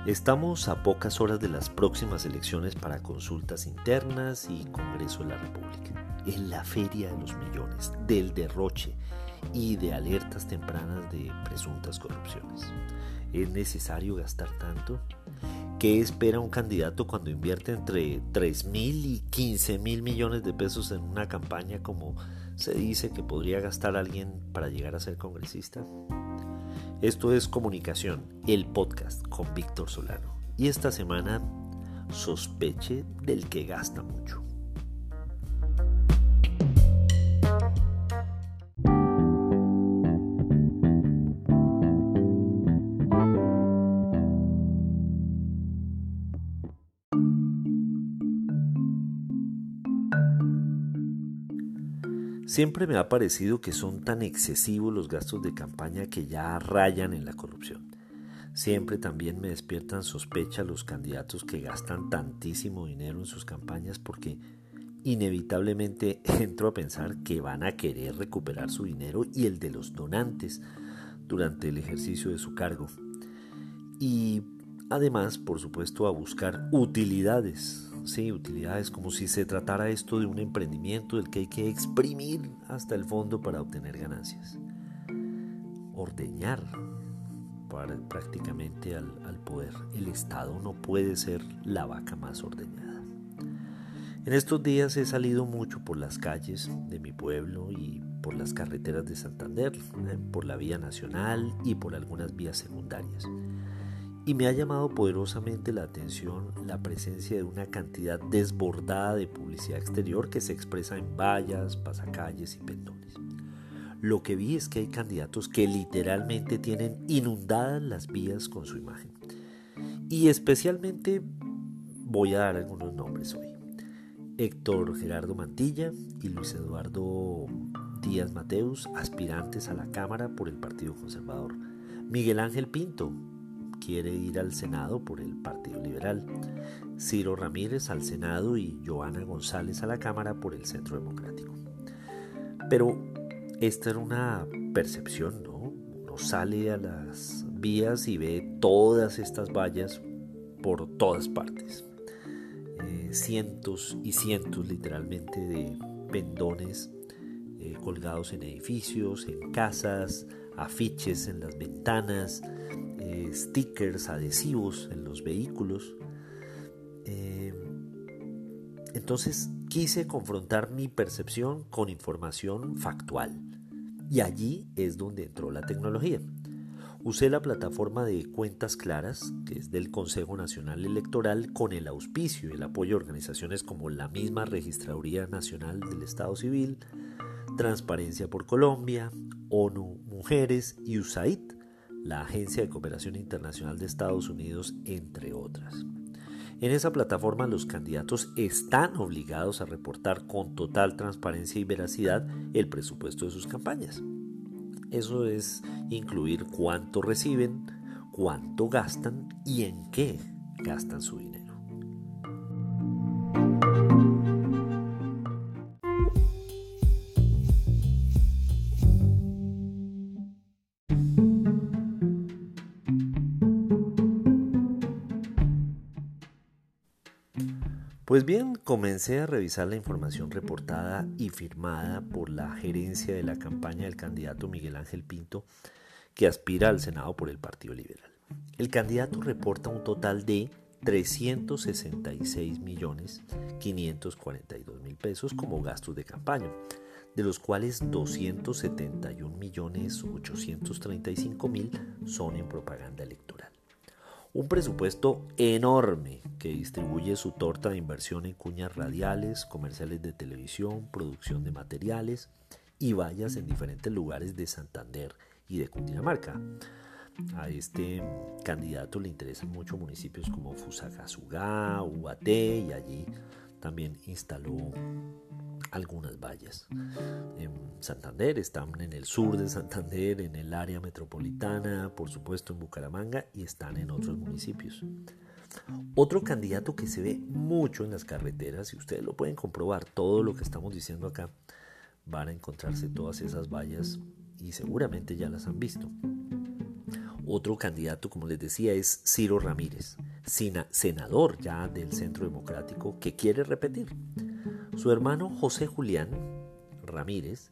Estamos a pocas horas de las próximas elecciones para consultas internas y Congreso de la República. En la feria de los millones, del derroche y de alertas tempranas de presuntas corrupciones. ¿Es necesario gastar tanto? ¿Qué espera un candidato cuando invierte entre 3.000 y 15.000 millones de pesos en una campaña como se dice que podría gastar alguien para llegar a ser congresista? Esto es Comunicación, el podcast con Víctor Solano. Y esta semana, sospeche del que gasta mucho. Siempre me ha parecido que son tan excesivos los gastos de campaña que ya rayan en la corrupción. Siempre también me despiertan sospecha los candidatos que gastan tantísimo dinero en sus campañas porque inevitablemente entro a pensar que van a querer recuperar su dinero y el de los donantes durante el ejercicio de su cargo. Y además, por supuesto, a buscar utilidades. Sí, utilidades, como si se tratara esto de un emprendimiento del que hay que exprimir hasta el fondo para obtener ganancias. Ordeñar prácticamente al poder. El Estado no puede ser la vaca más ordeñada. En estos días he salido mucho por las calles de mi pueblo y por las carreteras de Santander, por la vía nacional y por algunas vías secundarias. Y me ha llamado poderosamente la atención la presencia de una cantidad desbordada de publicidad exterior que se expresa en vallas, pasacalles y pendones. Lo que vi es que hay candidatos que literalmente tienen inundadas las vías con su imagen. Y especialmente voy a dar algunos nombres hoy. Héctor Gerardo Mantilla y Luis Eduardo Díaz Mateus, aspirantes a la Cámara por el Partido Conservador. Miguel Ángel Pinto quiere ir al Senado por el Partido Liberal. Ciro Ramírez al Senado y Joana González a la Cámara por el Centro Democrático. Pero esta era una percepción, ¿no? Uno sale a las vías y ve todas estas vallas por todas partes. Cientos y cientos literalmente de pendones colgados en edificios, en casas, afiches en las ventanas, stickers, adhesivos en los vehículos. Entonces quise confrontar mi percepción con información factual y allí es donde entró la tecnología. Usé la plataforma de Cuentas Claras, que es del Consejo Nacional Electoral, con el auspicio y el apoyo de organizaciones como la misma Registraduría Nacional del Estado Civil, Transparencia por Colombia, ONU Mujeres y USAID, la Agencia de Cooperación Internacional de Estados Unidos, entre otras. En esa plataforma los candidatos están obligados a reportar con total transparencia y veracidad el presupuesto de sus campañas. Eso es incluir cuánto reciben, cuánto gastan y en qué gastan su dinero. Pues bien, comencé a revisar la información reportada y firmada por la gerencia de la campaña del candidato Miguel Ángel Pinto, que aspira al Senado por el Partido Liberal. El candidato reporta un total de 366.542.000 pesos como gastos de campaña, de los cuales 271.835.000 son en propaganda electoral. Un presupuesto enorme que distribuye su torta de inversión en cuñas radiales, comerciales de televisión, producción de materiales y vallas en diferentes lugares de Santander y de Cundinamarca. A este candidato le interesan mucho municipios como Fusagasugá, Ubaté, y allí también instaló algunas vallas. En Santander están en el sur de Santander, en el área metropolitana, por supuesto en Bucaramanga, y están en otros municipios. Otro candidato que se ve mucho en las carreteras, y ustedes lo pueden comprobar, todo lo que estamos diciendo acá, van a encontrarse todas esas vallas y seguramente ya las han visto. Otro candidato, como les decía, es Ciro Ramírez, senador ya del Centro Democrático, que quiere repetir. Su hermano José Julián Ramírez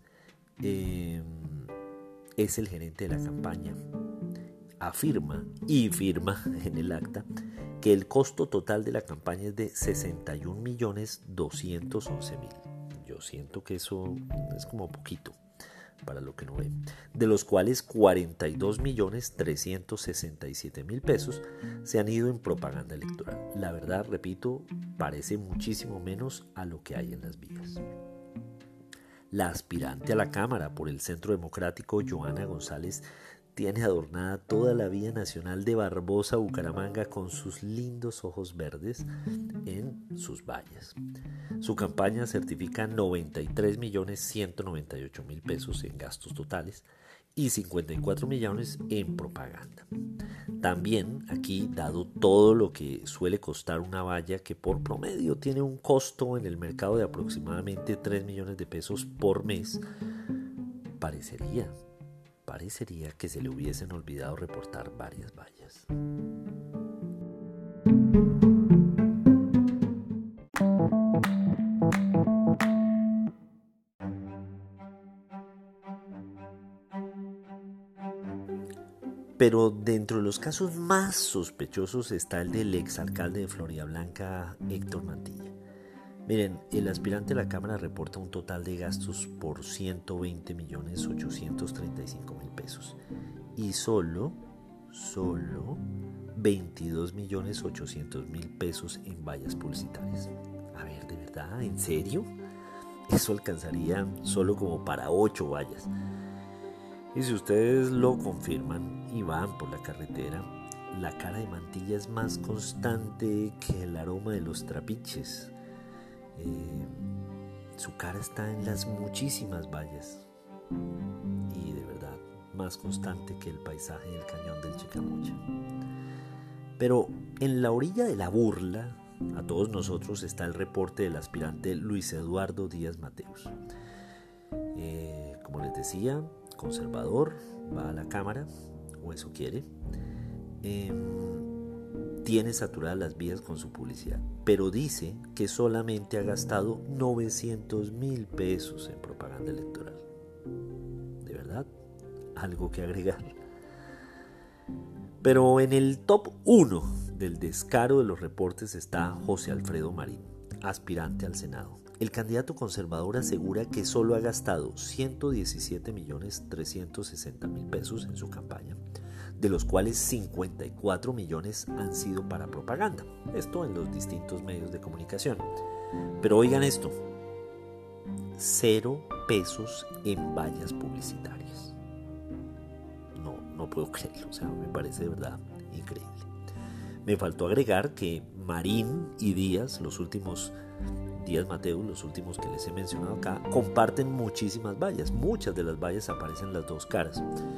es el gerente de la campaña. Afirma y firma en el acta que el costo total de la campaña es de 61.211.000. Yo siento que eso es como poquito para lo que no ven, de los cuales 42.367.000 pesos se han ido en propaganda electoral. La verdad, repito, parece muchísimo menos a lo que hay en las vías. La aspirante a la Cámara por el Centro Democrático, Joana González, tiene adornada toda la vía nacional de Barbosa, Bucaramanga, con sus lindos ojos verdes en sus vallas. Su campaña certifica 93.198.000 pesos en gastos totales y 54 millones en propaganda. También aquí, dado todo lo que suele costar una valla, que por promedio tiene un costo en el mercado de aproximadamente 3 millones de pesos por mes, parecería que se le hubiesen olvidado reportar varias vallas. Pero dentro de los casos más sospechosos está el del exalcalde de Floridablanca, Héctor Mantilla. Miren, el aspirante a la Cámara reporta un total de gastos por 120.835.000 pesos y solo 22.800.000 pesos en vallas publicitarias. A ver, ¿de verdad? ¿En serio? Eso alcanzaría solo como para 8 vallas. Y si ustedes lo confirman y van por la carretera, la cara de Mantilla es más constante que el aroma de los trapiches. Su cara está en las muchísimas vallas y de verdad más constante que el paisaje del cañón del Chicamocha. Pero en la orilla de la burla a todos nosotros está el reporte del aspirante Luis Eduardo Díaz Mateos. Como les decía, conservador, va a la Cámara, o eso quiere. Tiene saturadas las vías con su publicidad, pero dice que solamente ha gastado 900.000 pesos en propaganda electoral. ¿De verdad? ¿Algo que agregar? Pero en el top 1 del descaro de los reportes está José Alfredo Marín, aspirante al Senado. El candidato conservador asegura que solo ha gastado 117.360.000 pesos en su campaña, de los cuales 54 millones han sido para propaganda. Esto en los distintos medios de comunicación. Pero oigan esto, 0 pesos en vallas publicitarias. No puedo creerlo, o sea, me parece de verdad increíble. Me faltó agregar que Marín y Díaz Mateos, los últimos que les he mencionado acá, comparten muchísimas vallas. Muchas de las vallas aparecen las dos caras.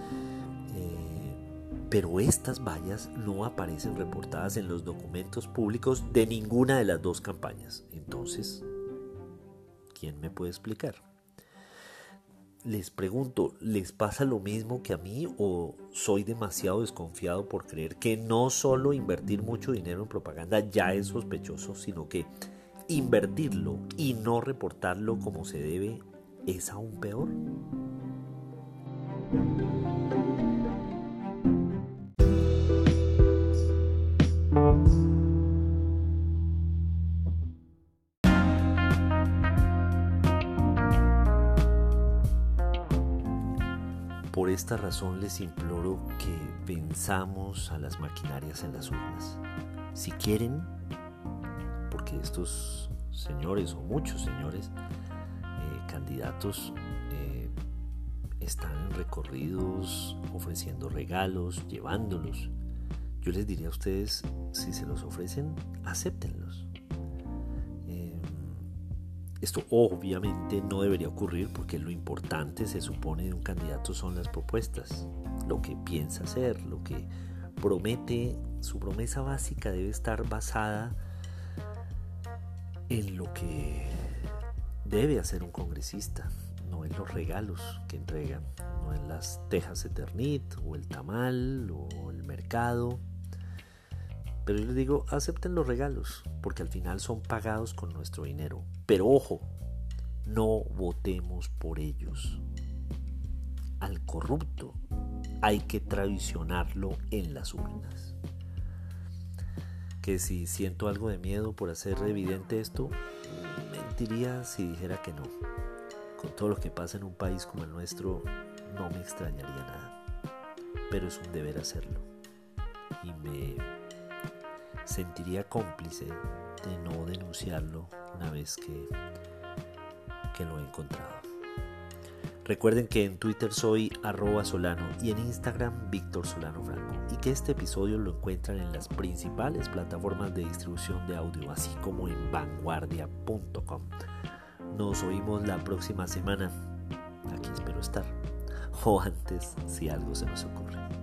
Pero estas vallas no aparecen reportadas en los documentos públicos de ninguna de las dos campañas. Entonces, ¿quién me puede explicar? Les pregunto, ¿les pasa lo mismo que a mí o soy demasiado desconfiado por creer que no solo invertir mucho dinero en propaganda ya es sospechoso, sino que invertirlo y no reportarlo como se debe es aún peor? Por esta razón les imploro que venzamos a las maquinarias en las urnas. Si quieren, porque estos señores o muchos señores candidatos están en recorridos ofreciendo regalos, llevándolos. Yo les diría a ustedes, si se los ofrecen, acéptenlos. Esto obviamente no debería ocurrir porque lo importante, se supone, de un candidato son las propuestas, lo que piensa hacer, lo que promete. Su promesa básica debe estar basada en lo que debe hacer un congresista, no en los regalos que entregan, no en las tejas Eternit o el tamal o el mercado. Pero yo les digo, acepten los regalos, porque al final son pagados con nuestro dinero. Pero ojo, no votemos por ellos. Al corrupto hay que traicionarlo en las urnas. Que si siento algo de miedo por hacer evidente esto, mentiría si dijera que no. Con todo lo que pasa en un país como el nuestro, no me extrañaría nada. Pero es un deber hacerlo. Y me sentiría cómplice de no denunciarlo una vez que lo he encontrado. Recuerden que en Twitter soy @Solano y en Instagram Víctor Solano Franco, y que este episodio lo encuentran en las principales plataformas de distribución de audio, así como en vanguardia.com. Nos oímos la próxima semana. Aquí espero estar, o antes si algo se nos ocurre.